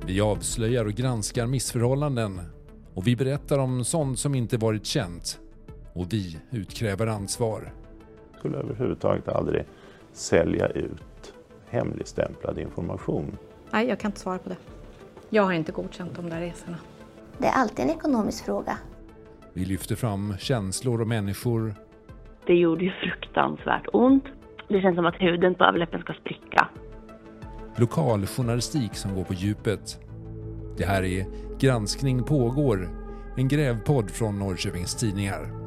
Vi avslöjar och granskar missförhållanden. Och vi berättar om sånt som inte varit känt. Och vi utkräver ansvar. Jag skulle överhuvudtaget aldrig sälja ut hemligstämplad information. Nej, jag kan inte svara på det. Jag har inte godkänt de där resorna. Det är alltid en ekonomisk fråga. Vi lyfter fram känslor och människor. Det gjorde ju fruktansvärt ont. Det känns som att huden på överläppen ska spricka. Lokal journalistik som går på djupet. Det här är Granskning pågår, en grävpodd från Norrköpings Tidningar.